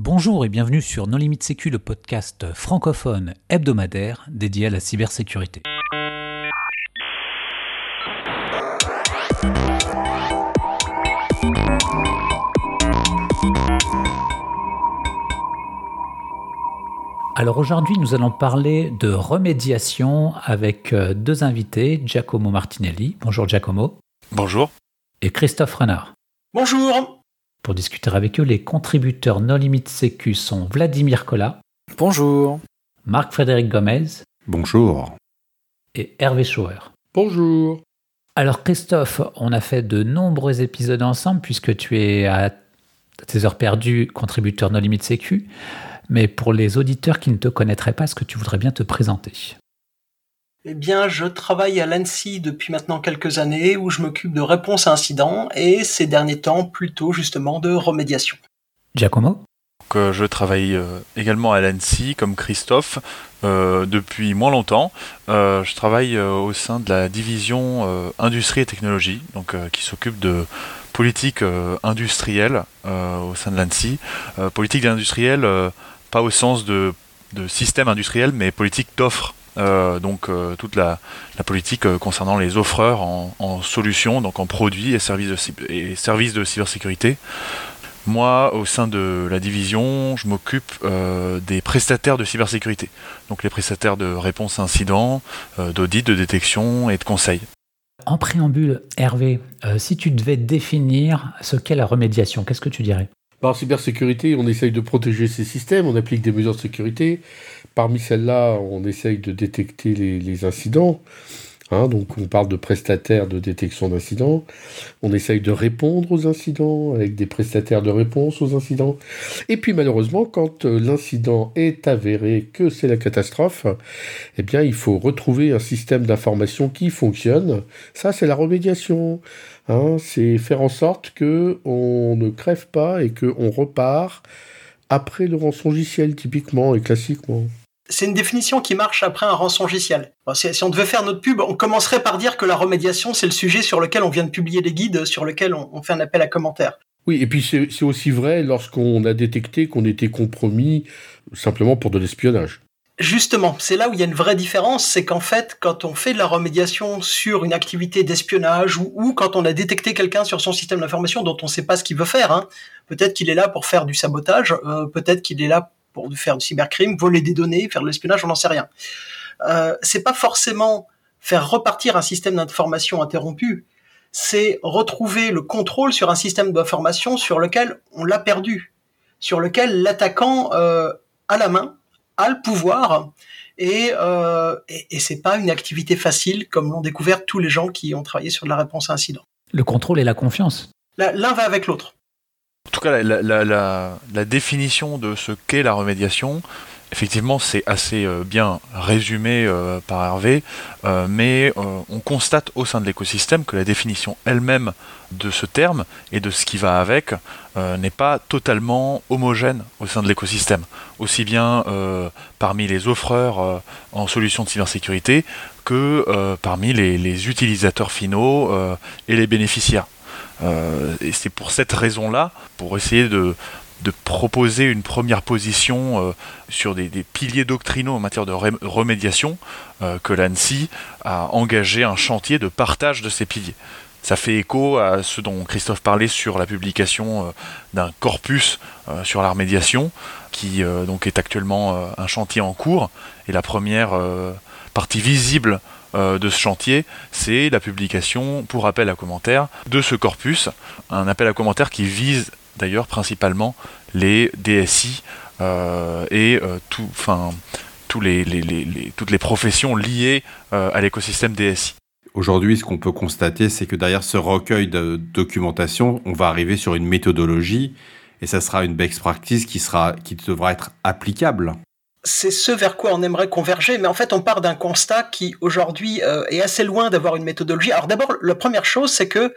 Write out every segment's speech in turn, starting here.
Bonjour et bienvenue sur No Limit Sécu, le podcast francophone hebdomadaire dédié à la cybersécurité. Alors aujourd'hui, nous allons parler de remédiation avec deux invités, Giacomo Martinelli. Bonjour Giacomo. Bonjour. Et Christophe Renard. Bonjour. Pour discuter avec eux, les contributeurs No Limit Sécu sont Vladimir Kola. Bonjour. Marc-Frédéric Gomez. Bonjour. Et Hervé Schauer. Bonjour. Alors Christophe, on a fait de nombreux épisodes ensemble puisque tu es à tes heures perdues contributeur No Limit Sécu. Mais pour les auditeurs qui ne te connaîtraient pas, est-ce que tu voudrais bien te présenter ? Eh bien, je travaille à l'ANSSI depuis maintenant quelques années où je m'occupe de réponse à incidents et ces derniers temps plutôt justement de remédiation. Giacomo ? Je travaille également à l'ANSSI comme Christophe depuis moins longtemps. Je travaille au sein de la division industrie et technologie, donc qui s'occupe de politique industrielle au sein de l'ANSSI. Politique industrielle, pas au sens de système industriel, mais politique d'offres. Toute la politique concernant les offreurs en solutions, donc en produits et services de cybersécurité. Moi, au sein de la division, je m'occupe des prestataires de cybersécurité, donc les prestataires de réponse à incidents, d'audit, de détection et de conseil. En préambule, Hervé, si tu devais définir ce qu'est la remédiation, qu'est-ce que tu dirais ? En cybersécurité, on essaye de protéger ces systèmes, on applique des mesures de sécurité. Parmi celles-là, on essaye de détecter les incidents. Donc on parle de prestataires de détection d'incidents. On essaye de répondre aux incidents avec des prestataires de réponse aux incidents. Et puis malheureusement, quand l'incident est avéré que c'est la catastrophe, eh bien il faut retrouver un système d'information qui fonctionne. Ça, c'est la remédiation. C'est faire en sorte qu'on ne crève pas et qu'on repart après le rançongiciel, typiquement et classiquement. C'est une définition qui marche après un rançongiciel. Si on devait faire notre pub, on commencerait par dire que la remédiation, c'est le sujet sur lequel on vient de publier les guides, sur lequel on fait un appel à commentaires. Oui, et puis c'est aussi vrai lorsqu'on a détecté qu'on était compromis simplement pour de l'espionnage. Justement, c'est là où il y a une vraie différence, c'est qu'en fait, quand on fait de la remédiation sur une activité d'espionnage ou quand on a détecté quelqu'un sur son système d'information dont on ne sait pas ce qu'il veut faire, peut-être qu'il est là pour faire du sabotage, peut-être qu'il est là pour faire du cybercrime, voler des données, faire de l'espionnage, on n'en sait rien. C'est pas forcément faire repartir un système d'information interrompu, c'est retrouver le contrôle sur un système d'information sur lequel on l'a perdu, sur lequel l'attaquant a la main, a le pouvoir, et c'est pas une activité facile comme l'ont découvert tous les gens qui ont travaillé sur de la réponse à incident. Le contrôle et la confiance. L'un va avec l'autre. En tout cas, la définition de ce qu'est la remédiation, effectivement, c'est assez bien résumé par Hervé, mais on constate au sein de l'écosystème que la définition elle-même de ce terme et de ce qui va avec n'est pas totalement homogène au sein de l'écosystème, aussi bien parmi les offreurs en solutions de cybersécurité que parmi les utilisateurs finaux et les bénéficiaires. Et c'est pour cette raison-là, pour essayer de proposer une première position sur des piliers doctrinaux en matière de remédiation, que l'ANSSI a engagé un chantier de partage de ces piliers. Ça fait écho à ce dont Christophe parlait sur la publication d'un corpus sur la remédiation, qui donc est actuellement un chantier en cours, et la première partie visible de ce chantier, c'est la publication pour appel à commentaires de ce corpus, un appel à commentaires qui vise d'ailleurs principalement les DSI et toutes les professions liées à l'écosystème DSI. Aujourd'hui, ce qu'on peut constater, c'est que derrière ce recueil de documentation, on va arriver sur une méthodologie et ça sera une best practice qui devra être applicable. C'est ce vers quoi on aimerait converger, mais en fait on part d'un constat qui aujourd'hui est assez loin d'avoir une méthodologie. Alors d'abord, la première chose, c'est que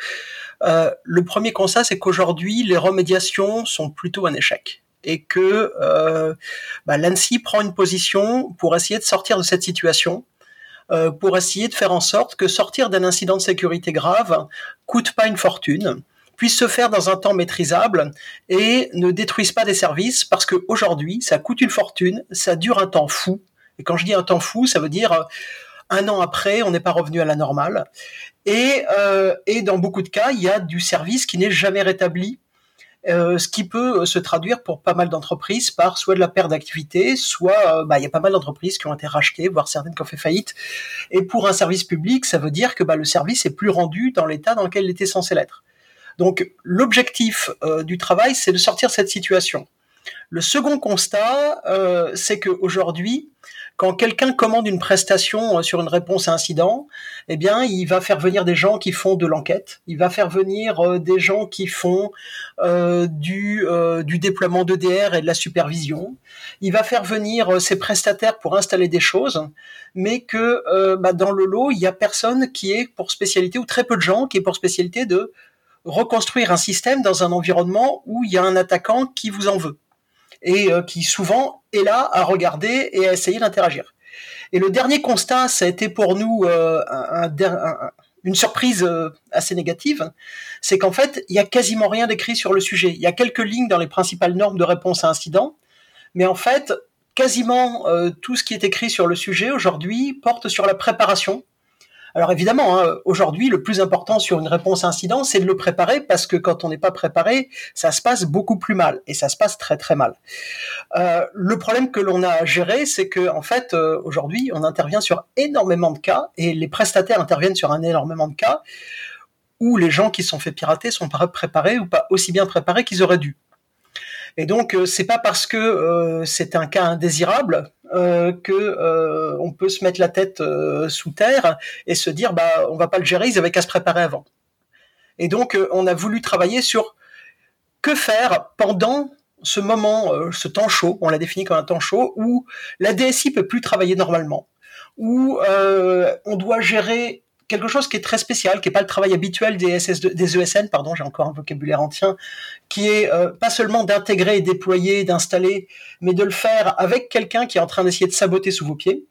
le premier constat, c'est qu'aujourd'hui les remédiations sont plutôt un échec et que l'ANSSI prend une position pour essayer de sortir de cette situation, pour essayer de faire en sorte que sortir d'un incident de sécurité grave coûte pas une fortune puissent se faire dans un temps maîtrisable et ne détruisent pas des services, parce qu'aujourd'hui, ça coûte une fortune, ça dure un temps fou. Et quand je dis un temps fou, ça veut dire 1 an après, on n'est pas revenu à la normale. Et dans beaucoup de cas, il y a du service qui n'est jamais rétabli, ce qui peut se traduire pour pas mal d'entreprises par soit de la perte d'activité, soit il y a pas mal d'entreprises qui ont été rachetées, voire certaines qui ont fait faillite. Et pour un service public, ça veut dire que le service est plus rendu dans l'état dans lequel il était censé l'être. Donc l'objectif du travail, c'est de sortir de cette situation. Le second constat, c'est qu'aujourd'hui, quand quelqu'un commande une prestation sur une réponse à incident, eh bien, il va faire venir des gens qui font de l'enquête. Il va faire venir des gens qui font du déploiement d'EDR et de la supervision. Il va faire venir ses prestataires pour installer des choses, mais que dans le lot, il y a personne qui est pour spécialité, ou très peu de gens qui est pour spécialité de reconstruire un système dans un environnement où il y a un attaquant qui vous en veut, et qui souvent est là à regarder et à essayer d'interagir. Et le dernier constat, ça a été pour nous une surprise assez négative, c'est qu'en fait, il y a quasiment rien d'écrit sur le sujet. Il y a quelques lignes dans les principales normes de réponse à incident, mais en fait, quasiment tout ce qui est écrit sur le sujet aujourd'hui porte sur la préparation. Alors évidemment, aujourd'hui, le plus important sur une réponse à incident, c'est de le préparer, parce que quand on n'est pas préparé, ça se passe beaucoup plus mal, et ça se passe très très mal. Le problème que l'on a à gérer, c'est que en fait, aujourd'hui, on intervient sur énormément de cas, et les prestataires interviennent sur un énormément de cas, où les gens qui se sont fait pirater sont pas préparés ou pas aussi bien préparés qu'ils auraient dû. Et donc, c'est pas parce que c'est un cas indésirable que on peut se mettre la tête sous terre et se dire on va pas le gérer, ils avaient qu'à se préparer avant. Et donc, on a voulu travailler sur que faire pendant ce moment, ce temps chaud, on l'a défini comme un temps chaud, où la DSI peut plus travailler normalement, où on doit gérer quelque chose qui est très spécial, qui n'est pas le travail habituel des ESN, pardon, j'ai encore un vocabulaire ancien, qui est pas seulement d'intégrer et déployer, d'installer, mais de le faire avec quelqu'un qui est en train d'essayer de saboter sous vos pieds,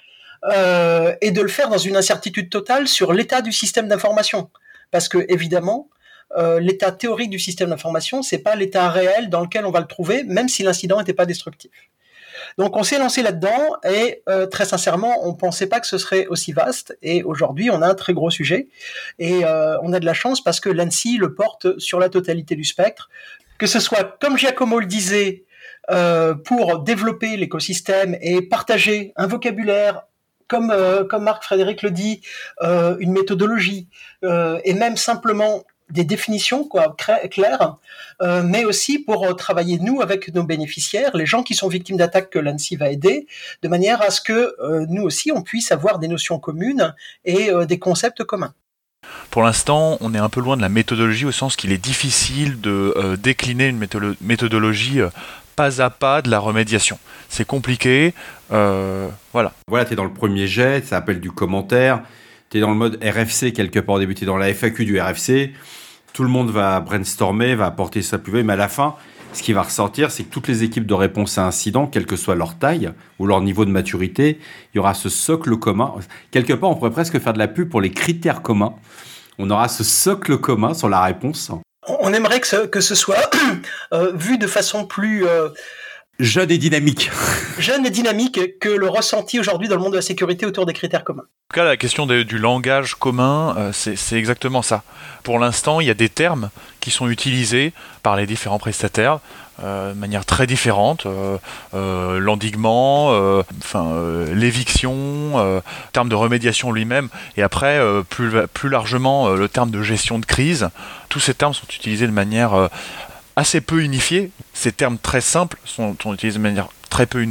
et de le faire dans une incertitude totale sur l'état du système d'information. Parce que, évidemment, l'état théorique du système d'information, c'est pas l'état réel dans lequel on va le trouver, même si l'incident n'était pas destructif. Donc on s'est lancé là-dedans, et très sincèrement, on pensait pas que ce serait aussi vaste, et aujourd'hui on a un très gros sujet, et on a de la chance parce que l'ANSSI le porte sur la totalité du spectre, que ce soit, comme Giacomo le disait, pour développer l'écosystème et partager un vocabulaire, comme Marc-Frédéric le dit, une méthodologie, et même simplement des définitions claires, mais aussi pour travailler nous avec nos bénéficiaires, les gens qui sont victimes d'attaques que l'ANSSI va aider, de manière à ce que nous aussi on puisse avoir des notions communes et des concepts communs. Pour l'instant, on est un peu loin de la méthodologie, au sens qu'il est difficile de décliner une méthodologie pas à pas de la remédiation. C'est compliqué, voilà. Voilà, tu es dans le premier jet, ça appelle du commentaire, tu es dans le mode RFC quelque part au début, tu es dans la FAQ du RFC, tout le monde va brainstormer, va apporter sa plus-value, mais à la fin, ce qui va ressortir, c'est que toutes les équipes de réponse à incidents, quelle que soit leur taille ou leur niveau de maturité, il y aura ce socle commun. Quelque part, on pourrait presque faire de la pub pour les critères communs. On aura ce socle commun sur la réponse. On aimerait que ce soit vu de façon plus... jeune et dynamique. Jeune et dynamique que le ressenti aujourd'hui dans le monde de la sécurité autour des critères communs. En tout cas, la question du langage commun, c'est exactement ça. Pour l'instant, il y a des termes qui sont utilisés par les différents prestataires de manière très différente. L'endiguement, l'éviction, le terme de remédiation lui-même, et après, plus largement, le terme de gestion de crise. Tous ces termes sont utilisés de manière assez peu unifiée. Ces termes très simples sont utilisés de manière très peu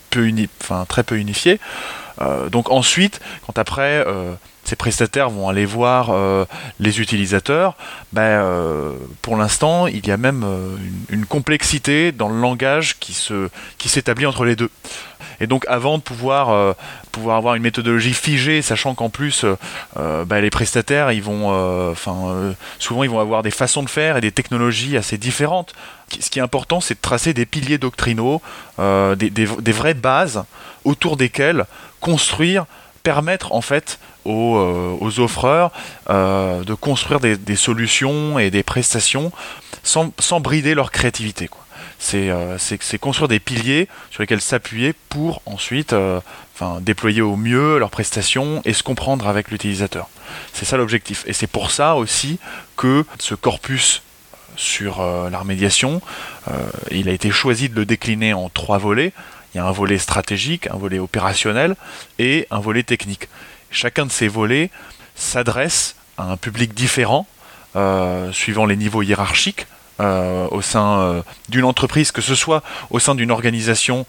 unifiée. Donc ensuite, quand après ces prestataires vont aller voir les utilisateurs, pour l'instant, il y a même une complexité dans le langage qui s'établit entre les deux. Et donc avant de pouvoir avoir une méthodologie figée, sachant qu'en plus les prestataires souvent ils vont avoir des façons de faire et des technologies assez différentes. Ce qui est important, c'est de tracer des piliers doctrinaux, des vraies bases autour desquelles construire, permettre en fait aux offreurs de construire des solutions et des prestations sans brider leur créativité, quoi. C'est construire des piliers sur lesquels s'appuyer pour ensuite déployer au mieux leurs prestations et se comprendre avec l'utilisateur. C'est ça l'objectif. Et c'est pour ça aussi que ce corpus sur la remédiation, il a été choisi de le décliner en 3 volets. Il y a un volet stratégique, un volet opérationnel et un volet technique. Chacun de ces volets s'adresse à un public différent, suivant les niveaux hiérarchiques, au sein d'une entreprise, que ce soit au sein d'une organisation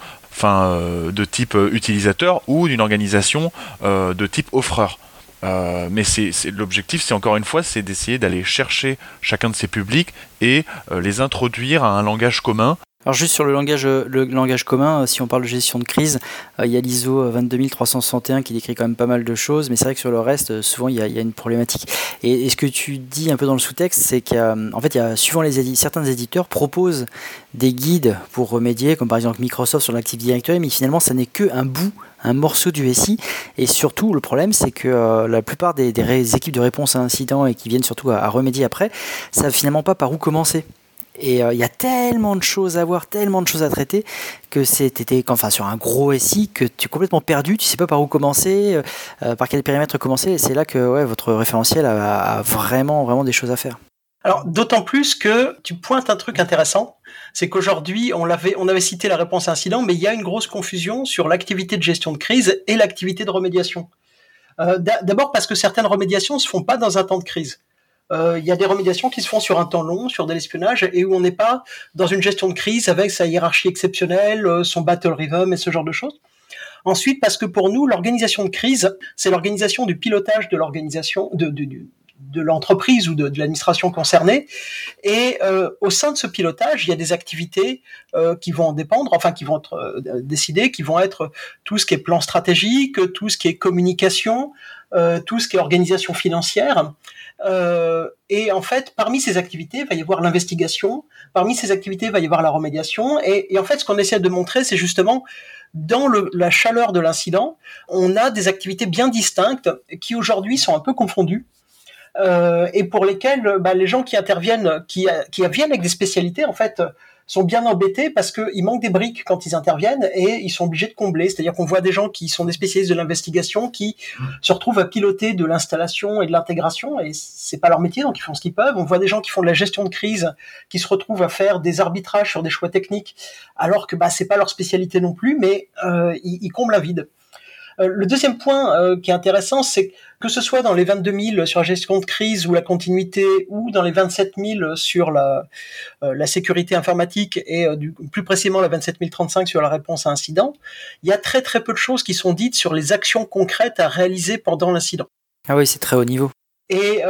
de type utilisateur ou d'une organisation de type offreur. Mais l'objectif, c'est encore une fois, c'est d'essayer d'aller chercher chacun de ces publics et les introduire à un langage commun. Alors juste sur le langage commun, si on parle de gestion de crise, il y a l'ISO 22361 qui décrit quand même pas mal de choses, mais c'est vrai que sur le reste, souvent il y a une problématique. Et ce que tu dis un peu dans le sous-texte, c'est qu'en fait, suivant certains éditeurs proposent des guides pour remédier, comme par exemple Microsoft sur l'Active Directory, mais finalement ça n'est un morceau du SI. Et surtout, le problème, c'est que la plupart des équipes de réponse à incidents et qui viennent surtout à remédier après, savent finalement pas par où commencer. Et il y a tellement de choses à voir, tellement de choses à traiter, que sur un gros SI, que tu es complètement perdu, tu sais pas par où commencer, par quel périmètre commencer, et c'est là que votre référentiel a vraiment, vraiment des choses à faire. Alors, d'autant plus que tu pointes un truc intéressant, c'est qu'aujourd'hui, on avait cité la réponse à incident, mais il y a une grosse confusion sur l'activité de gestion de crise et l'activité de remédiation. D'abord parce que certaines remédiations ne se font pas dans un temps de crise. Il y a des remédiations qui se font sur un temps long, sur de l'espionnage, et où on n'est pas dans une gestion de crise avec sa hiérarchie exceptionnelle, son battle rhythm et ce genre de choses. Ensuite, parce que pour nous, l'organisation de crise, c'est l'organisation du pilotage de l'organisation, de l'entreprise ou de l'administration concernée. Et au sein de ce pilotage, il y a des activités qui vont en dépendre, qui vont être décidées, qui vont être tout ce qui est plan stratégique, tout ce qui est communication, tout ce qui est organisation financière. Et en fait, parmi ces activités, il va y avoir l'investigation. Parmi ces activités, il va y avoir la remédiation. Et en fait, ce qu'on essaie de montrer, c'est justement dans la chaleur de l'incident, on a des activités bien distinctes qui aujourd'hui sont un peu confondues. Et pour lesquelles les gens qui interviennent, qui viennent avec des spécialités, en fait, sont bien embêtés parce qu'il manque des briques quand ils interviennent et ils sont obligés de combler. C'est-à-dire qu'on voit des gens qui sont des spécialistes de l'investigation qui se retrouvent à piloter de l'installation et de l'intégration et c'est pas leur métier, donc ils font ce qu'ils peuvent. On voit des gens qui font de la gestion de crise qui se retrouvent à faire des arbitrages sur des choix techniques alors que c'est pas leur spécialité non plus, mais ils comblent un vide. Le deuxième point qui est intéressant, c'est que ce soit dans les 22 000 sur la gestion de crise ou la continuité, ou dans les 27 000 sur la sécurité informatique et plus précisément la 27 035 sur la réponse à incident, il y a très très peu de choses qui sont dites sur les actions concrètes à réaliser pendant l'incident. Ah oui, c'est très haut niveau. Et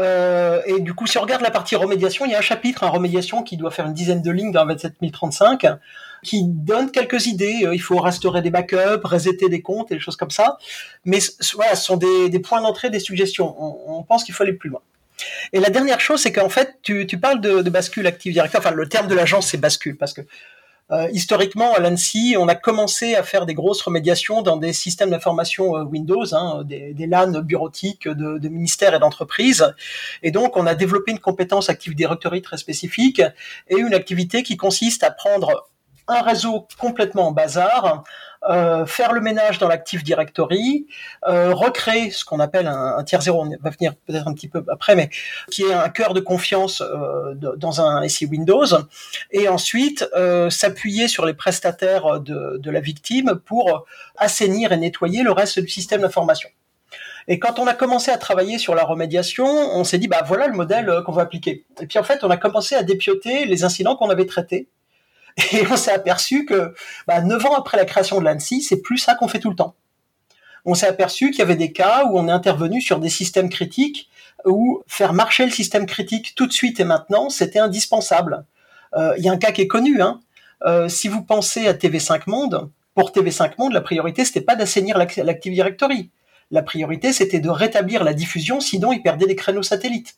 du coup, si on regarde la partie remédiation, il y a un chapitre en remédiation qui doit faire une dizaine de lignes dans 27 035, qui donne quelques idées. Il faut restaurer des backups, resetter des comptes et des choses comme ça. Mais voilà, ce sont des points d'entrée, des suggestions. On pense qu'il faut aller plus loin. Et la dernière chose, c'est qu'en fait, tu parles de bascule Active Directory. Le terme de l'agence, c'est bascule, parce que historiquement, à l'ANSSI, on a commencé à faire des grosses remédiations dans des systèmes d'information Windows, des LAN bureautiques de ministères et d'entreprises. Et donc, on a développé une compétence Active Directory très spécifique et une activité qui consiste à prendre un réseau complètement en bazar, faire le ménage dans l'Active Directory, recréer ce qu'on appelle un tiers zéro, on va venir peut-être un petit peu après, mais qui est un cœur de confiance dans un SI Windows, et ensuite s'appuyer sur les prestataires de la victime pour assainir et nettoyer le reste du système d'information. Et quand on a commencé à travailler sur la remédiation, on s'est dit, voilà le modèle qu'on va appliquer. Et puis en fait, on a commencé à dépioter les incidents qu'on avait traités. Et on s'est aperçu que 9 ans après la création de l'ANSSI, c'est plus ça qu'on fait tout le temps. On s'est aperçu qu'il y avait des cas où on est intervenu sur des systèmes critiques, où faire marcher le système critique tout de suite et maintenant, c'était indispensable. Il y a un cas qui est connu. Si vous pensez à TV5 Monde, pour TV5 Monde, la priorité, c'était pas d'assainir l'Active Directory. La priorité, c'était de rétablir la diffusion, sinon ils perdaient des créneaux satellites.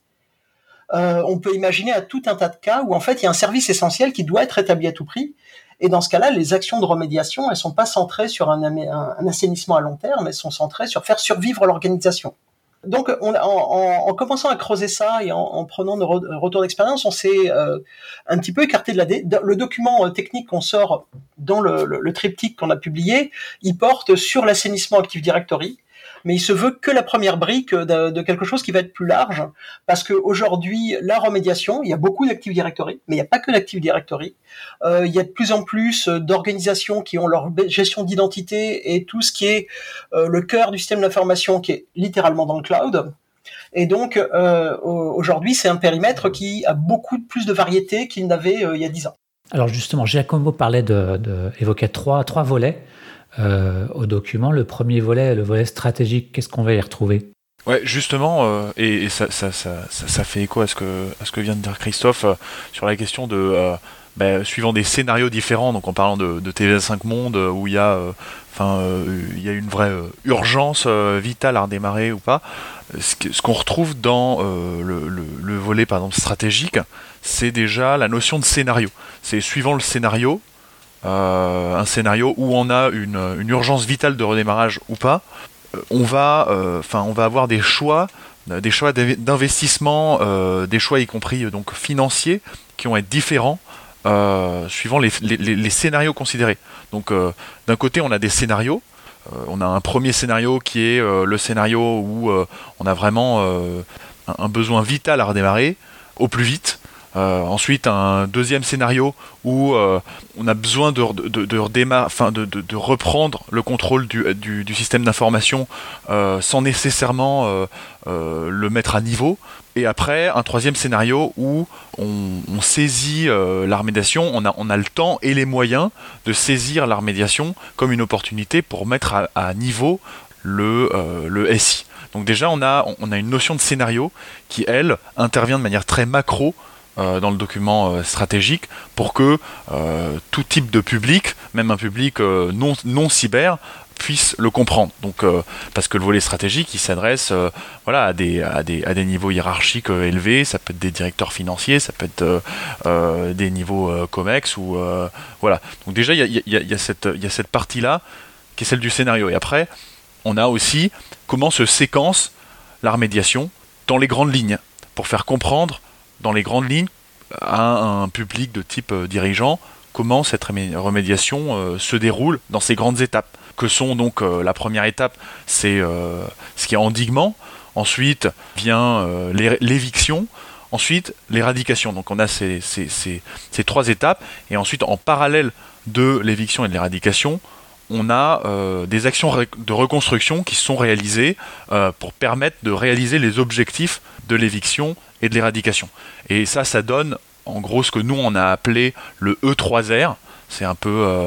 On peut imaginer à tout un tas de cas où en fait il y a un service essentiel qui doit être établi à tout prix, et dans ce cas-là, les actions de remédiation, elles sont pas centrées sur un assainissement à long terme, elles sont centrées sur faire survivre l'organisation. Donc, en commençant à creuser ça et en prenant nos retours d'expérience, on s'est un petit peu écarté de le document technique qu'on sort dans le triptyque qu'on a publié. Il porte sur l'assainissement Active Directory, mais il se veut que la première brique de quelque chose qui va être plus large, parce que aujourd'hui, la remédiation, il y a beaucoup d'Active Directory, mais il n'y a pas que l'Active Directory. Il y a de plus en plus d'organisations qui ont leur gestion d'identité et tout ce qui est le cœur du système d'information qui est littéralement dans le cloud. Et donc, aujourd'hui, c'est un périmètre qui a beaucoup plus de variété qu'il n'avait il y a 10 ans. Alors justement, Giacomo parlait évoquait trois volets au document. Le premier volet, le volet stratégique, qu'est-ce qu'on va y retrouver ? Ouais, justement, et ça fait écho à ce que vient de dire Christophe sur la question de suivant des scénarios différents, donc en parlant de TVA5 Monde où il y a une vraie urgence vitale à redémarrer ou pas. Ce qu'on retrouve dans le volet par exemple stratégique, c'est déjà la notion de scénario. C'est suivant le scénario, un scénario où on a une urgence vitale de redémarrage ou pas, on va avoir des choix d'investissement, des choix y compris donc financiers qui vont être différents suivant les scénarios considérés. Donc d'un côté on a des scénarios, on a un premier scénario qui est le scénario où on a vraiment un besoin vital à redémarrer au plus vite. Ensuite, un deuxième scénario où on a besoin de reprendre le contrôle du système d'information sans nécessairement le mettre à niveau. Et après, un troisième scénario où on saisit la remédiation, on a le temps et les moyens de saisir la remédiation comme une opportunité pour mettre à niveau le SI. Donc déjà, on a une notion de scénario qui, elle, intervient de manière très macro dans le document stratégique pour que tout type de public, même un public non cyber, puisse le comprendre. Donc parce que le volet stratégique, il s'adresse à des niveaux hiérarchiques élevés. Ça peut être des directeurs financiers, ça peut être des niveaux COMEX ou voilà. Donc déjà il y a cette partie là qui est celle du scénario. Et après on a aussi comment se séquence la remédiation dans les grandes lignes pour faire comprendre dans les grandes lignes à un public de type dirigeant comment cette remédiation se déroule dans ces grandes étapes, que sont donc la première étape, c'est ce qui est endiguement, ensuite vient l'éviction, ensuite l'éradication. Donc on a ces trois étapes, et ensuite en parallèle de l'éviction et de l'éradication, on a des actions de reconstruction qui sont réalisées pour permettre de réaliser les objectifs de l'éviction et de l'éradication. Et ça donne en gros ce que nous on a appelé le E3R. C'est un peu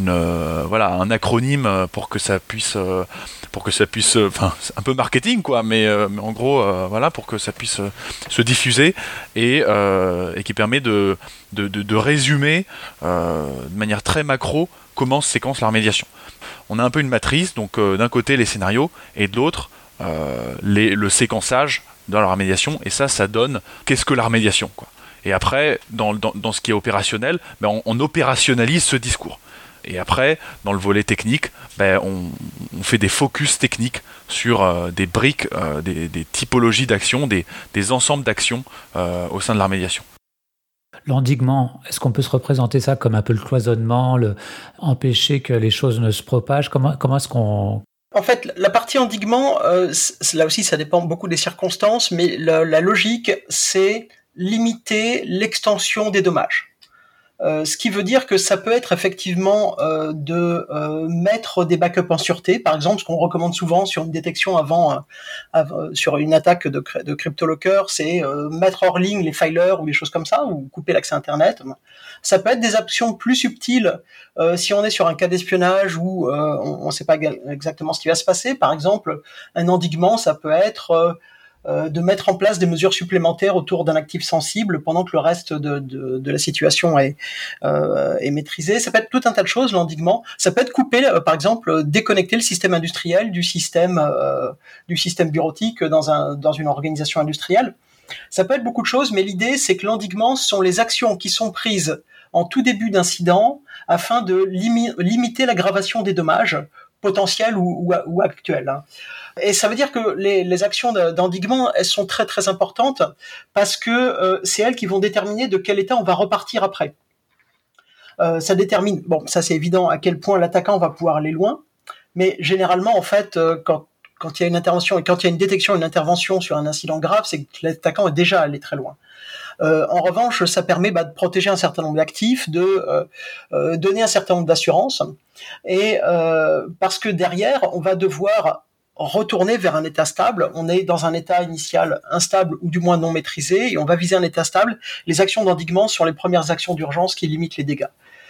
un acronyme pour que ça puisse, c'est un peu marketing quoi, mais en gros pour que ça puisse se diffuser et qui permet de résumer de manière très macro comment se séquence la remédiation. On a un peu une matrice, donc d'un côté les scénarios et de l'autre le séquençage dans la remédiation, et ça donne qu'est-ce que la remédiation quoi. Et après, dans ce qui est opérationnel, on opérationnalise ce discours. Et après, dans le volet technique, on fait des focus techniques sur des briques, des typologies d'actions, des ensembles d'actions au sein de la remédiation. L'endiguement, est-ce qu'on peut se représenter ça comme un peu le cloisonnement, empêcher que les choses ne se propagent ? Comment est-ce qu'on... En fait, la partie endiguement, là aussi, ça dépend beaucoup des circonstances, mais la logique, c'est limiter l'extension des dommages. Ce qui veut dire que ça peut être effectivement de mettre des backups en sûreté. Par exemple, ce qu'on recommande souvent sur une détection sur une attaque de CryptoLocker, c'est mettre hors ligne les filers ou des choses comme ça, ou couper l'accès Internet. Ça peut être des options plus subtiles si on est sur un cas d'espionnage où on ne sait pas exactement ce qui va se passer. Par exemple, un endiguement, ça peut être de mettre en place des mesures supplémentaires autour d'un actif sensible pendant que le reste de la situation est maîtrisé. Ça peut être tout un tas de choses, l'endiguement. Ça peut être couper, par exemple, déconnecter le système industriel du système bureautique dans une organisation industrielle. Ça peut être beaucoup de choses, mais l'idée, c'est que l'endiguement sont les actions qui sont prises en tout début d'incident afin de limiter l'aggravation des dommages potentielles ou actuelles. Hein. Et ça veut dire que les actions d'endiguement, elles sont très très importantes parce que c'est elles qui vont déterminer de quel état on va repartir après. Ça détermine, bon, ça c'est évident, à quel point l'attaquant va pouvoir aller loin, mais généralement, en fait, quand il y a une intervention et quand il y a une détection, une intervention sur un incident grave, c'est que l'attaquant est déjà allé très loin. En revanche, ça permet de protéger un certain nombre d'actifs, de donner un certain nombre d'assurances, et parce que derrière, on va devoir retourner vers un état stable. On est dans un état initial instable ou du moins non maîtrisé, et on va viser un état stable. Les actions d'endiguement sont les premières actions d'urgence qui limitent les dégâts.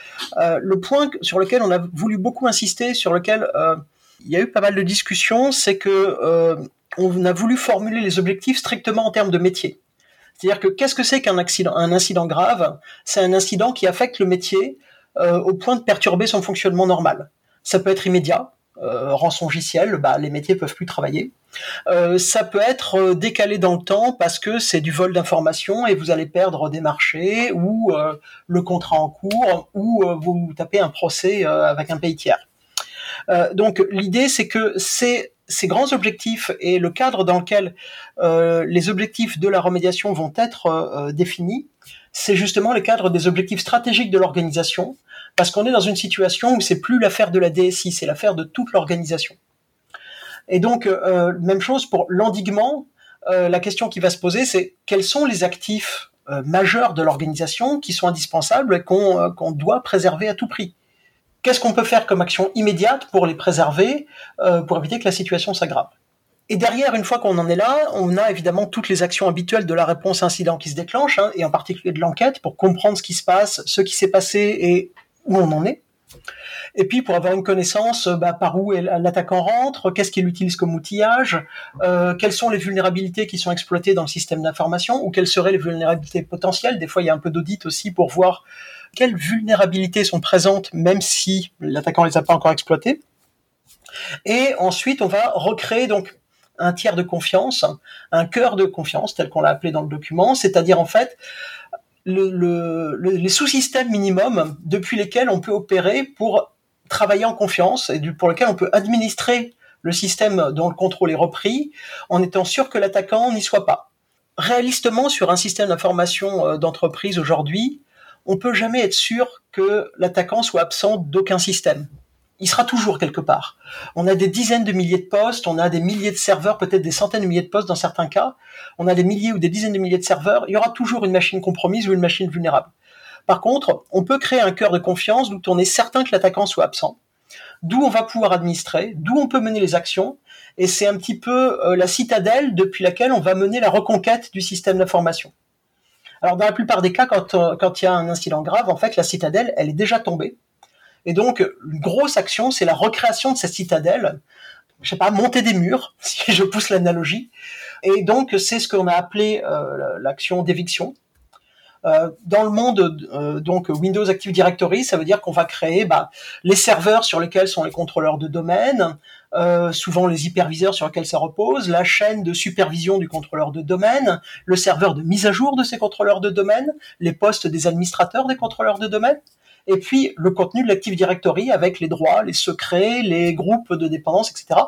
Le point sur lequel on a voulu beaucoup insister, sur lequel il y a eu pas mal de discussions, c'est que on a voulu formuler les objectifs strictement en termes de métier. C'est-à-dire que qu'est-ce que c'est qu'un incident grave ? C'est un incident qui affecte le métier au point de perturber son fonctionnement normal. Ça peut être immédiat, rançongiciel, les métiers peuvent plus travailler. Ça peut être décalé dans le temps parce que c'est du vol d'informations et vous allez perdre des marchés ou le contrat en cours ou vous tapez un procès avec un pays tiers. Donc l'idée c'est que ces grands objectifs et le cadre dans lequel les objectifs de la remédiation vont être définis, c'est justement le cadre des objectifs stratégiques de l'organisation, parce qu'on est dans une situation où c'est plus l'affaire de la DSI, c'est l'affaire de toute l'organisation. Et donc, même chose pour l'endiguement, la question qui va se poser, c'est quels sont les actifs majeurs de l'organisation qui sont indispensables et qu'on doit préserver à tout prix. Qu'est-ce qu'on peut faire comme action immédiate pour les préserver, pour éviter que la situation s'aggrave ? Et derrière, une fois qu'on en est là, on a évidemment toutes les actions habituelles de la réponse incident qui se déclenchent, et en particulier de l'enquête, pour comprendre ce qui se passe, ce qui s'est passé et où on en est. Et puis pour avoir une connaissance par où l'attaquant rentre, qu'est-ce qu'il utilise comme outillage, quelles sont les vulnérabilités qui sont exploitées dans le système d'information, ou quelles seraient les vulnérabilités potentielles. Des fois, il y a un peu d'audit aussi pour voir quelles vulnérabilités sont présentes, même si l'attaquant les a pas encore exploitées. Et ensuite, on va recréer donc un tiers de confiance, un cœur de confiance, tel qu'on l'a appelé dans le document, c'est-à-dire en fait les sous-systèmes minimums depuis lesquels on peut opérer pour travailler en confiance et pour lesquels on peut administrer le système dont le contrôle est repris en étant sûr que l'attaquant n'y soit pas. Réalistement, sur un système d'information d'entreprise aujourd'hui, on peut jamais être sûr que l'attaquant soit absent d'aucun système. Il sera toujours quelque part. On a des dizaines de milliers de postes, on a des milliers de serveurs, peut-être des centaines de milliers de postes dans certains cas. On a des milliers ou des dizaines de milliers de serveurs. Il y aura toujours une machine compromise ou une machine vulnérable. Par contre, on peut créer un cœur de confiance d'où on est certain que l'attaquant soit absent, d'où on va pouvoir administrer, d'où on peut mener les actions. Et c'est un petit peu la citadelle depuis laquelle on va mener la reconquête du système d'information. Alors, dans la plupart des cas, quand il y a un incident grave, en fait, la citadelle, elle est déjà tombée. Et donc, une grosse action, c'est la recréation de cette citadelle. Je sais pas, monter des murs, si je pousse l'analogie. Et donc, c'est ce qu'on a appelé l'action d'éviction. Dans le monde, donc Windows Active Directory, ça veut dire qu'on va créer les serveurs sur lesquels sont les contrôleurs de domaine, souvent les hyperviseurs sur lesquels ça repose, la chaîne de supervision du contrôleur de domaine, le serveur de mise à jour de ces contrôleurs de domaine, les postes des administrateurs des contrôleurs de domaine, et puis le contenu de l'Active Directory avec les droits, les secrets, les groupes de dépendance, etc.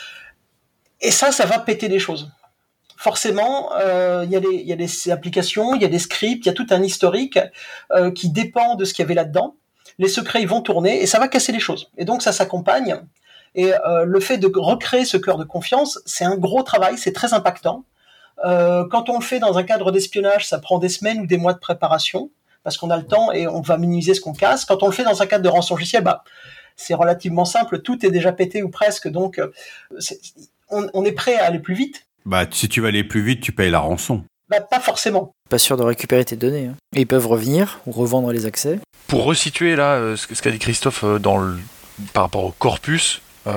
Et ça va péter des choses. Forcément, il y a des applications, il y a des scripts, il y a tout un historique qui dépend de ce qu'il y avait là-dedans. Les secrets, ils vont tourner et ça va casser les choses. Et donc, ça s'accompagne. Et le fait de recréer ce cœur de confiance, c'est un gros travail, c'est très impactant. Quand on le fait dans un cadre d'espionnage, ça prend des semaines ou des mois de préparation parce qu'on a le temps et on va minimiser ce qu'on casse. Quand on le fait dans un cadre de rançongiciel, c'est relativement simple, tout est déjà pété ou presque. Donc, on est prêt à aller plus vite. Si tu veux aller plus vite, tu payes la rançon. Pas forcément. Pas sûr de récupérer tes données. Hein. Et ils peuvent revenir ou revendre les accès. Pour resituer là ce qu'a dit Christophe par rapport au corpus,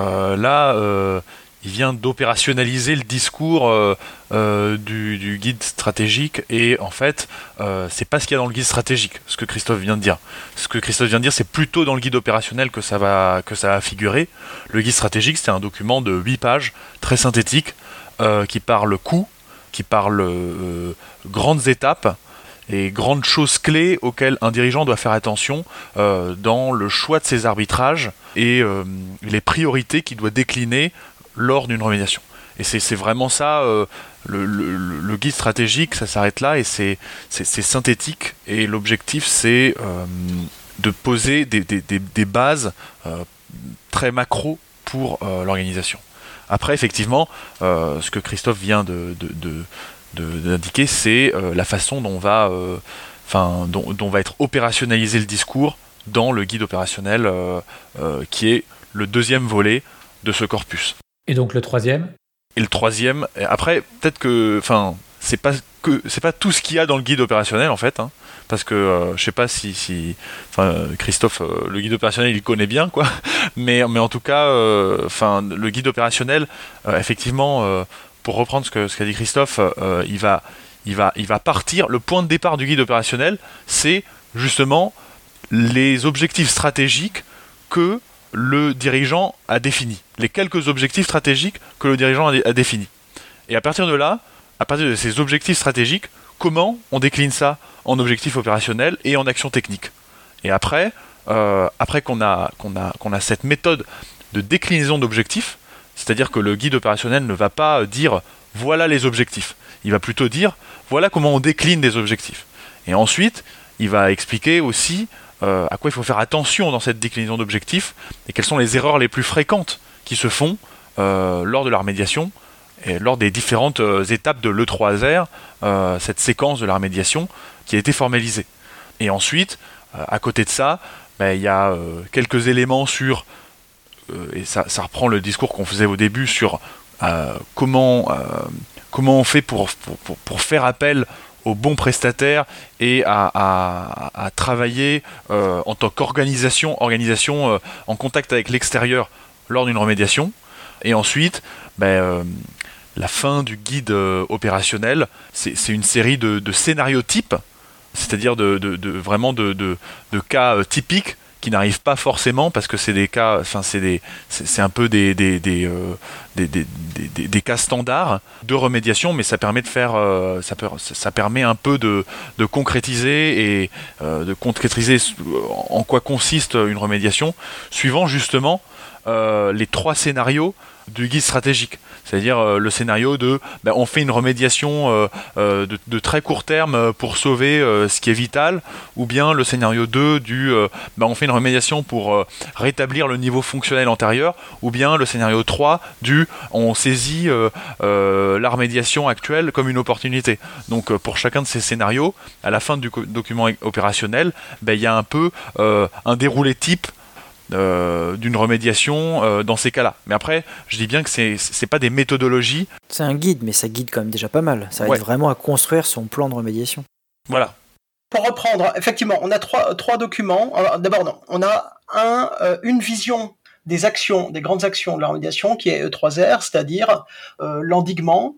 il vient d'opérationnaliser le discours du guide stratégique et en fait, c'est pas ce qu'il y a dans le guide stratégique, ce que Christophe vient de dire. Ce que Christophe vient de dire, c'est plutôt dans le guide opérationnel que ça va figurer. Le guide stratégique, c'est un document de 8 pages, très synthétique, qui parle coût, qui parle grandes étapes les grandes choses clés auxquelles un dirigeant doit faire attention dans le choix de ses arbitrages et les priorités qu'il doit décliner lors d'une remédiation. Et c'est vraiment ça, le guide stratégique, ça s'arrête là, et c'est synthétique, et l'objectif c'est de poser des bases très macro pour l'organisation. Après, effectivement, ce que Christophe vient d'indiquer, c'est la façon dont va être opérationnalisé le discours dans le guide opérationnel, qui est le deuxième volet de ce corpus. Et donc le troisième ? Et le troisième, après, peut-être que, c'est pas tout ce qu'il y a dans le guide opérationnel en fait, hein, parce que je sais pas si Christophe, le guide opérationnel, il connaît bien quoi, mais en tout cas, le guide opérationnel, effectivement, pour reprendre ce qu'a dit Christophe, il va partir. Le point de départ du guide opérationnel, c'est justement les objectifs stratégiques que le dirigeant a défini, les quelques objectifs stratégiques que le dirigeant a définis. Et à partir de là, à partir de ces objectifs stratégiques, comment on décline ça en objectifs opérationnels et en actions techniques. Et après qu'on a cette méthode de déclinaison d'objectifs, c'est-à-dire que le guide opérationnel ne va pas dire voilà les objectifs, il va plutôt dire voilà comment on décline des objectifs. Et ensuite, il va expliquer aussi à quoi il faut faire attention dans cette déclinaison d'objectifs et quelles sont les erreurs les plus fréquentes qui se font lors de la remédiation et lors des différentes étapes de l'E3R, cette séquence de la remédiation qui a été formalisée. Et ensuite, à côté de ça, il y a quelques éléments sur, et ça reprend le discours qu'on faisait au début sur comment on fait pour faire appel aux bons prestataires et à travailler en tant qu'organisation en contact avec l'extérieur lors d'une remédiation. Et ensuite, la fin du guide opérationnel, c'est une série de scénarios types, c'est-à-dire vraiment de cas typiques qui n'arrivent pas forcément parce que c'est des cas, c'est un peu des cas standards de remédiation, mais ça permet de faire, ça permet un peu de concrétiser et de concrétiser en quoi consiste une remédiation, suivant justement les 3 scénarios du guide stratégique. C'est-à-dire le scénario de on fait une remédiation de très court terme pour sauver ce qui est vital, ou bien le scénario 2 du on fait une remédiation pour rétablir le niveau fonctionnel antérieur, ou bien le scénario 3 du on saisit la remédiation actuelle comme une opportunité. Donc pour chacun de ces scénarios, à la fin du document opérationnel, il y a un peu un déroulé type d'une remédiation dans ces cas-là. Mais après, je dis bien que c'est pas des méthodologies. C'est un guide, mais ça guide quand même déjà pas mal. Ça aide vraiment à construire son plan de remédiation. Voilà. Pour reprendre, effectivement, on a trois documents. Alors, d'abord, non, on a une vision des actions, des grandes actions de la remédiation qui est E3R, c'est-à-dire l'endiguement,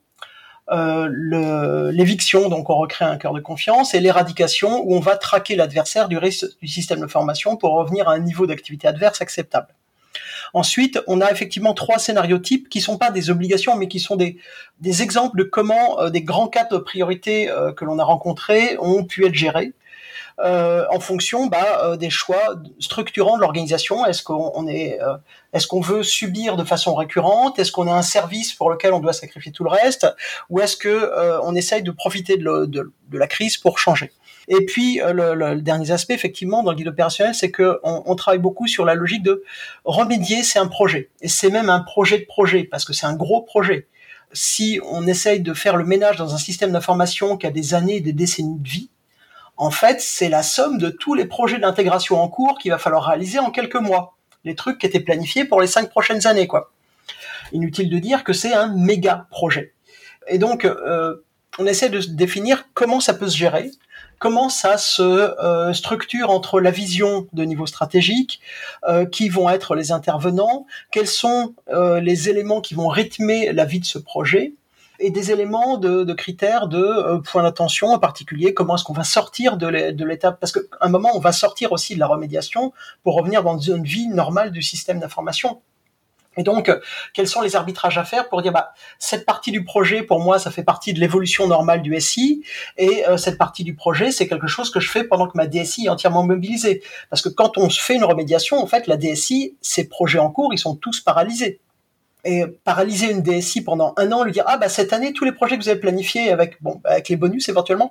l'éviction, donc on recrée un cœur de confiance, et l'éradication, où on va traquer l'adversaire du risque du système de formation pour revenir à un niveau d'activité adverse acceptable. Ensuite, on a effectivement 3 scénarios types qui sont pas des obligations, mais qui sont des exemples de comment des grands cas de priorité que l'on a rencontrés ont pu être gérés. En fonction des choix structurants de l'organisation. Est-ce qu'on veut subir de façon récurrente? Est-ce qu'on a un service pour lequel on doit sacrifier tout le reste? Ou est-ce que on essaye de profiter de la crise pour changer? Et puis le dernier aspect, effectivement, dans le guide opérationnel, c'est que on travaille beaucoup sur la logique de remédier. C'est un projet, et c'est même un projet de projet, parce que c'est un gros projet. Si on essaye de faire le ménage dans un système d'information qui a des années et des décennies de vie, en fait, c'est la somme de tous les projets d'intégration en cours qu'il va falloir réaliser en quelques mois. Les trucs qui étaient planifiés pour les 5 prochaines années, quoi. Inutile de dire que c'est un méga projet. Et donc, on essaie de définir comment ça peut se gérer, comment ça se structure entre la vision de niveau stratégique, qui vont être les intervenants, quels sont les éléments qui vont rythmer la vie de ce projet, et des éléments de critères de points d'attention en particulier, comment est-ce qu'on va sortir de l'étape, parce qu'à un moment on va sortir aussi de la remédiation pour revenir dans une vie normale du système d'information. Et donc, quels sont les arbitrages à faire pour dire, cette partie du projet, pour moi, ça fait partie de l'évolution normale du SI, et cette partie du projet, c'est quelque chose que je fais pendant que ma DSI est entièrement mobilisée. Parce que quand on fait une remédiation, en fait, la DSI, ses projets en cours, ils sont tous paralysés. Et paralyser une DSI pendant 1 an, lui dire cette année tous les projets que vous avez planifiés avec les bonus éventuellement,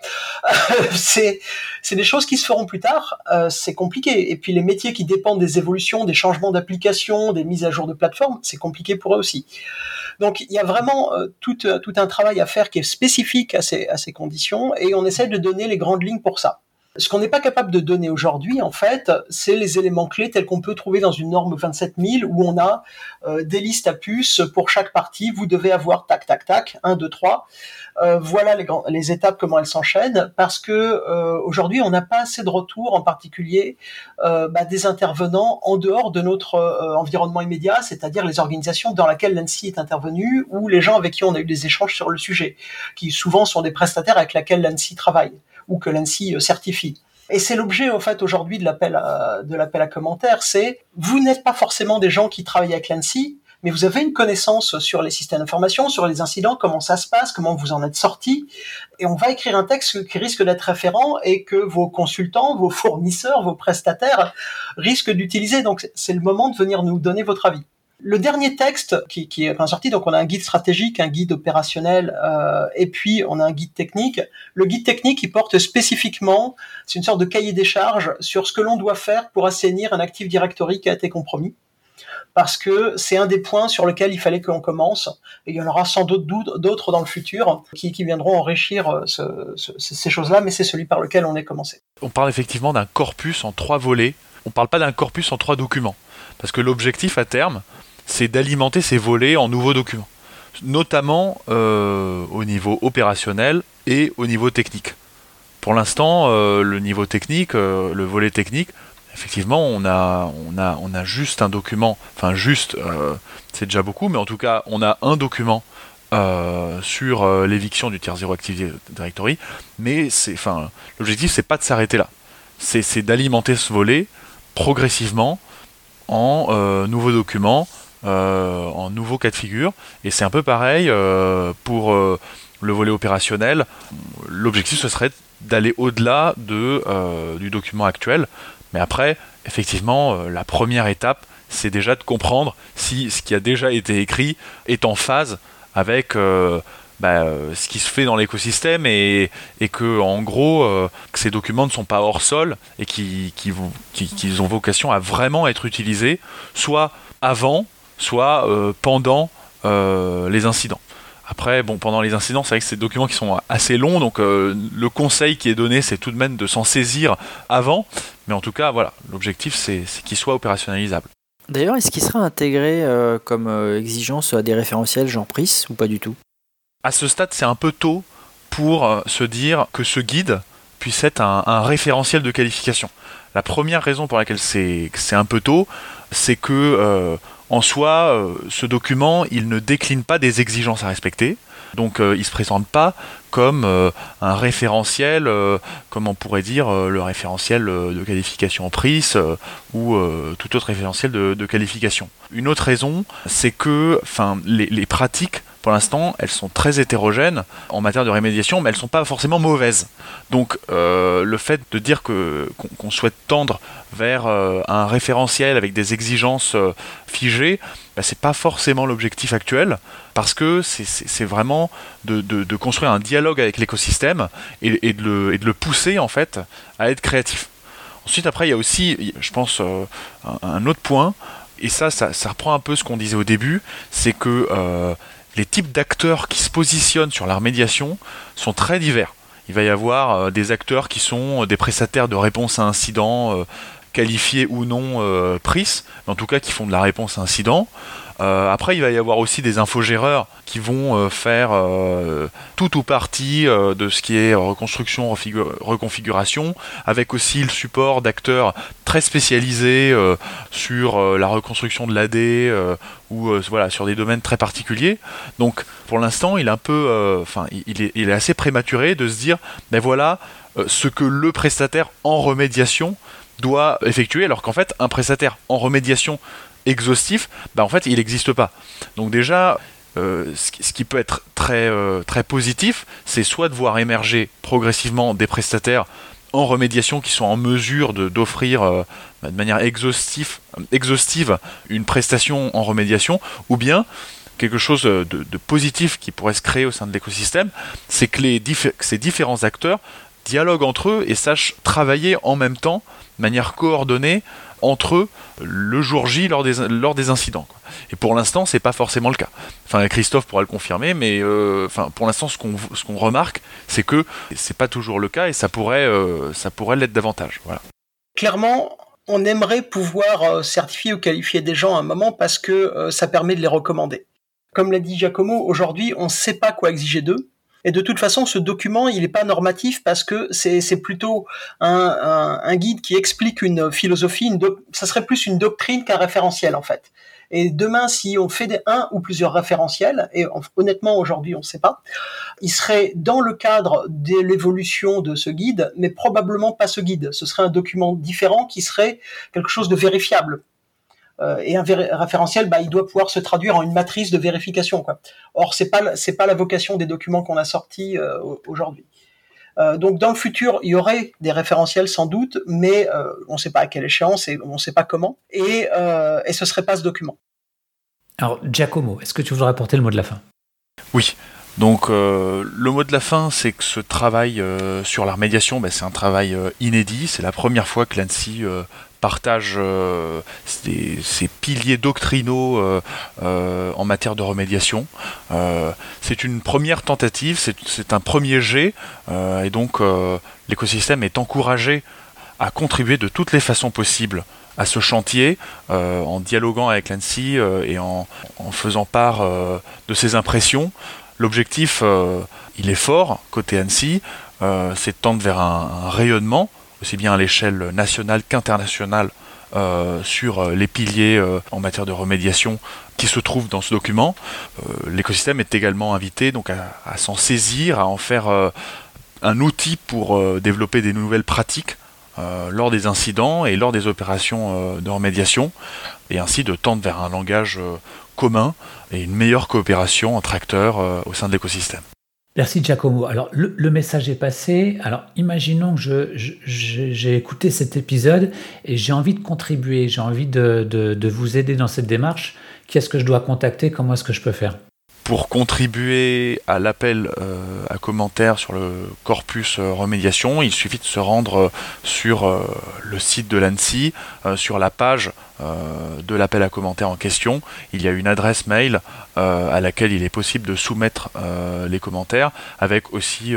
c'est des choses qui se feront plus tard. C'est compliqué. Et puis les métiers qui dépendent des évolutions, des changements d'application, des mises à jour de plateforme, c'est compliqué pour eux aussi. Donc il y a vraiment tout un travail à faire qui est spécifique à ces conditions, et on essaie de donner les grandes lignes pour ça. Ce qu'on n'est pas capable de donner aujourd'hui, en fait, c'est les éléments clés tels qu'on peut trouver dans une norme 27000 où on a des listes à puces pour chaque partie. Vous devez avoir tac, tac, tac, 1, 2, 3. Voilà les étapes, comment elles s'enchaînent, parce que aujourd'hui, on n'a pas assez de retours, en particulier des intervenants en dehors de notre environnement immédiat, c'est-à-dire les organisations dans lesquelles l'ANSSI est intervenue ou les gens avec qui on a eu des échanges sur le sujet, qui souvent sont des prestataires avec lesquels l'ANSSI travaille ou que l'ANSSI certifie. Et c'est l'objet, en fait, aujourd'hui de l'appel à commentaires, c'est vous n'êtes pas forcément des gens qui travaillent avec l'ANSSI, mais vous avez une connaissance sur les systèmes d'information, sur les incidents, comment ça se passe, comment vous en êtes sortis, et on va écrire un texte qui risque d'être référent et que vos consultants, vos fournisseurs, vos prestataires risquent d'utiliser. Donc c'est le moment de venir nous donner votre avis. Le dernier texte qui est sorti, donc on a un guide stratégique, un guide opérationnel, et puis on a un guide technique. Le guide technique, il porte spécifiquement, c'est une sorte de cahier des charges sur ce que l'on doit faire pour assainir un Active Directory qui a été compromis. Parce que c'est un des points sur lequel il fallait que l'on commence. Et il y en aura sans doute d'autres dans le futur qui viendront enrichir ces choses-là, mais c'est celui par lequel on est commencé. On parle effectivement d'un corpus en 3 volets. On ne parle pas d'un corpus en 3 documents. Parce que l'objectif à terme, c'est d'alimenter ces volets en nouveaux documents. Notamment au niveau opérationnel et au niveau technique. Pour l'instant, le niveau technique, le volet technique, effectivement, on a juste un document, c'est déjà beaucoup, mais en tout cas, on a un document sur l'éviction du tier 0 Active Directory, mais l'objectif, c'est pas de s'arrêter là. C'est d'alimenter ce volet progressivement en nouveaux documents, en nouveaux cas de figure, et c'est un peu pareil pour le volet opérationnel. L'objectif, ce serait d'aller au-delà du document actuel. Mais après, effectivement, la première étape, c'est déjà de comprendre si ce qui a déjà été écrit est en phase avec ce qui se fait dans l'écosystème et que, en gros, que ces documents ne sont pas hors sol et qu'ils ont vocation à vraiment être utilisés, soit avant, soit pendant les incidents. Après, pendant les incidents, c'est vrai que c'est des documents qui sont assez longs, donc le conseil qui est donné, c'est tout de même de s'en saisir avant. Mais en tout cas, voilà, l'objectif, c'est qu'il soit opérationnalisable. D'ailleurs, est-ce qu'il sera intégré comme exigence à des référentiels genre PRIS ou pas du tout ? À ce stade, c'est un peu tôt pour se dire que ce guide puisse être un référentiel de qualification. La première raison pour laquelle c'est un peu tôt, c'est que en soi, ce document, il ne décline pas des exigences à respecter. Donc il ne se présente pas comme un référentiel, comme on pourrait dire le référentiel de qualification PRIS ou tout autre référentiel de qualification. Une autre raison, c'est que les pratiques, pour l'instant, elles sont très hétérogènes en matière de rémédiation, mais elles ne sont pas forcément mauvaises. Donc le fait de dire qu'on souhaite tendre vers un référentiel avec des exigences figées, c'est pas forcément l'objectif actuel, parce que c'est vraiment de construire un dialogue avec l'écosystème et de le pousser en fait à être créatif. Ensuite, après, il y a aussi, je pense, un autre point, et ça reprend un peu ce qu'on disait au début, c'est que les types d'acteurs qui se positionnent sur la remédiation sont très divers. Il va y avoir des acteurs qui sont des prestataires de réponse à incidents qualifiés ou non PRIS, mais en tout cas qui font de la réponse à incident. Après, il va y avoir aussi des infogéreurs qui vont faire tout ou partie de ce qui est reconstruction, reconfiguration, avec aussi le support d'acteurs très spécialisés sur la reconstruction de l'AD ou sur des domaines très particuliers. Donc, pour l'instant, il est un peu, il est assez prématuré de se dire, ce que le prestataire en remédiation doit effectuer, alors qu'en fait, un prestataire en remédiation exhaustif, en fait, il n'existe pas. Donc déjà, ce qui peut être très, très positif, c'est soit de voir émerger progressivement des prestataires en remédiation qui sont en mesure d'offrir de manière exhaustive une prestation en remédiation, ou bien quelque chose de positif qui pourrait se créer au sein de l'écosystème, c'est que ces différents acteurs dialoguent entre eux et sachent travailler en même temps, de manière coordonnée, entre eux, le jour J, lors des incidents, quoi. Et pour l'instant, c'est pas forcément le cas. Enfin, Christophe pourra le confirmer, mais pour l'instant, ce qu'on remarque, c'est que c'est pas toujours le cas et ça pourrait l'être davantage. Voilà. Clairement, on aimerait pouvoir certifier ou qualifier des gens à un moment parce que ça permet de les recommander. Comme l'a dit Giacomo, aujourd'hui, on ne sait pas quoi exiger d'eux. Et de toute façon, ce document, il n'est pas normatif parce que c'est plutôt un guide qui explique une philosophie. Ça serait plus une doctrine qu'un référentiel, en fait. Et demain, si on fait un ou plusieurs référentiels, et honnêtement, aujourd'hui, on ne sait pas, il serait dans le cadre de l'évolution de ce guide, mais probablement pas ce guide. Ce serait un document différent qui serait quelque chose de vérifiable. Et un référentiel, il doit pouvoir se traduire en une matrice de vérification, quoi. Or, c'est pas la vocation des documents qu'on a sortis aujourd'hui. Donc, dans le futur, il y aurait des référentiels sans doute, mais on ne sait pas à quelle échéance et on ne sait pas comment. Et ce serait pas ce document. Alors, Giacomo, est-ce que tu voudrais apporter le mot de la fin ? Oui. Donc le mot de la fin, c'est que ce travail sur la remédiation, c'est un travail inédit. C'est la première fois que l'ANSSI partage ses piliers doctrinaux en matière de remédiation. C'est une première tentative, c'est un premier jet, et donc l'écosystème est encouragé à contribuer de toutes les façons possibles à ce chantier, en dialoguant avec l'ANSSI et en faisant part de ses impressions. L'objectif, il est fort, côté ANSSI, c'est de tendre vers un rayonnement, aussi bien à l'échelle nationale qu'internationale, sur les piliers en matière de remédiation qui se trouvent dans ce document. L'écosystème est également invité donc à s'en saisir, à en faire un outil pour développer des nouvelles pratiques lors des incidents et lors des opérations de remédiation, et ainsi de tendre vers un langage commun et une meilleure coopération entre acteurs au sein de l'écosystème. Merci Giacomo. Alors le message est passé. Alors imaginons que j'ai écouté cet épisode et j'ai envie de contribuer, j'ai envie de vous aider dans cette démarche. Qui est-ce que je dois contacter ? Comment est-ce que je peux faire ? Pour contribuer à l'appel à commentaires sur le corpus remédiation, il suffit de se rendre sur le site de l'ANSSI, sur la page de l'appel à commentaires en question. Il y a une adresse mail à laquelle il est possible de soumettre les commentaires, avec aussi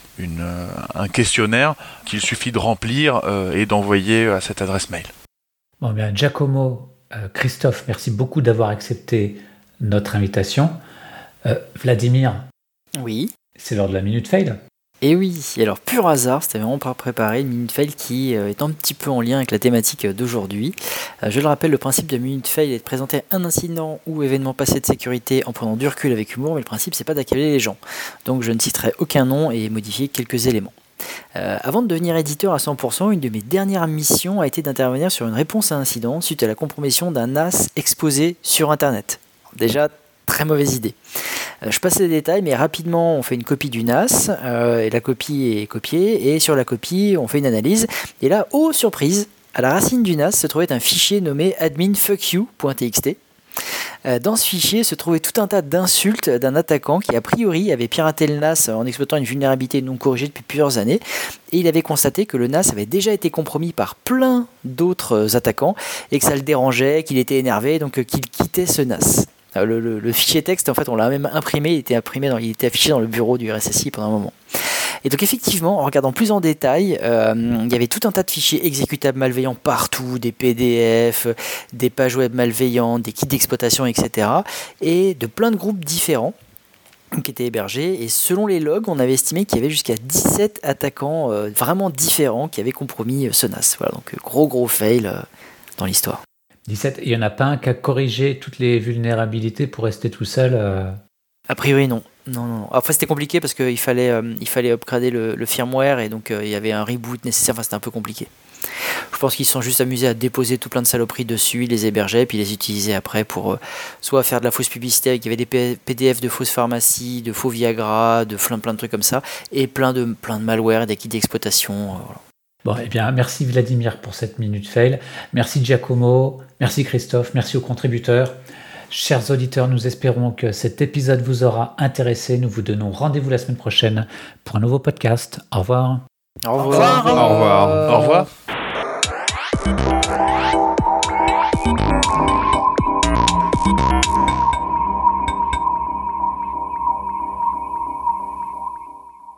un questionnaire qu'il suffit de remplir et d'envoyer à cette adresse mail. Bon, bien, Giacomo, Christophe, merci beaucoup d'avoir accepté notre invitation. Vladimir, oui. C'est l'heure de la Minute Fail. Et oui, alors pur hasard, c'était vraiment pas préparé, une Minute Fail qui est un petit peu en lien avec la thématique d'aujourd'hui. Je le rappelle, le principe de Minute Fail est de présenter un incident ou événement passé de sécurité en prenant du recul avec humour, mais le principe c'est pas d'accabler les gens. Donc je ne citerai aucun nom et modifier quelques éléments. Avant de devenir éditeur à 100%, une de mes dernières missions a été d'intervenir sur une réponse à un incident suite à la compromission d'un NAS exposé sur Internet. Déjà, très mauvaise idée. Je passe les détails, mais rapidement, on fait une copie du NAS, et la copie est copiée, et sur la copie, on fait une analyse. Et là, oh surprise, à la racine du NAS se trouvait un fichier nommé adminfuckyou.txt. Dans ce fichier se trouvait tout un tas d'insultes d'un attaquant qui a priori avait piraté le NAS en exploitant une vulnérabilité non corrigée depuis plusieurs années, et il avait constaté que le NAS avait déjà été compromis par plein d'autres attaquants et que ça le dérangeait, qu'il était énervé, donc qu'il quittait ce NAS. Le fichier texte, en fait, on l'a même imprimé, il était affiché dans le bureau du RSSI pendant un moment. Et donc effectivement, en regardant plus en détail, il y avait tout un tas de fichiers exécutables malveillants partout, des PDF, des pages web malveillantes, des kits d'exploitation, etc. Et de plein de groupes différents qui étaient hébergés. Et selon les logs, on avait estimé qu'il y avait jusqu'à 17 attaquants vraiment différents qui avaient compromis ce NAS. Voilà, donc gros fail dans l'histoire. 17, il n'y en a pas un qui a corrigé toutes les vulnérabilités pour rester tout seul A priori, non. Enfin, c'était compliqué parce qu'il fallait upgrader le firmware et donc il y avait un reboot nécessaire. Enfin, c'était un peu compliqué. Je pense qu'ils se sont juste amusés à déposer tout plein de saloperies dessus, ils les hébergeaient, puis les utilisaient après pour soit faire de la fausse publicité, il y avait des PDF de fausses pharmacies, de faux Viagra, de plein de trucs comme ça, et plein de malware, des kits d'exploitation. Voilà. Bon, eh bien, merci Vladimir pour cette Minute Fail. Merci Giacomo, merci Christophe, merci aux contributeurs. Chers auditeurs, nous espérons que cet épisode vous aura intéressé. Nous vous donnons rendez-vous la semaine prochaine pour un nouveau podcast. Au revoir. Au revoir. Au revoir. Au revoir. Thank you.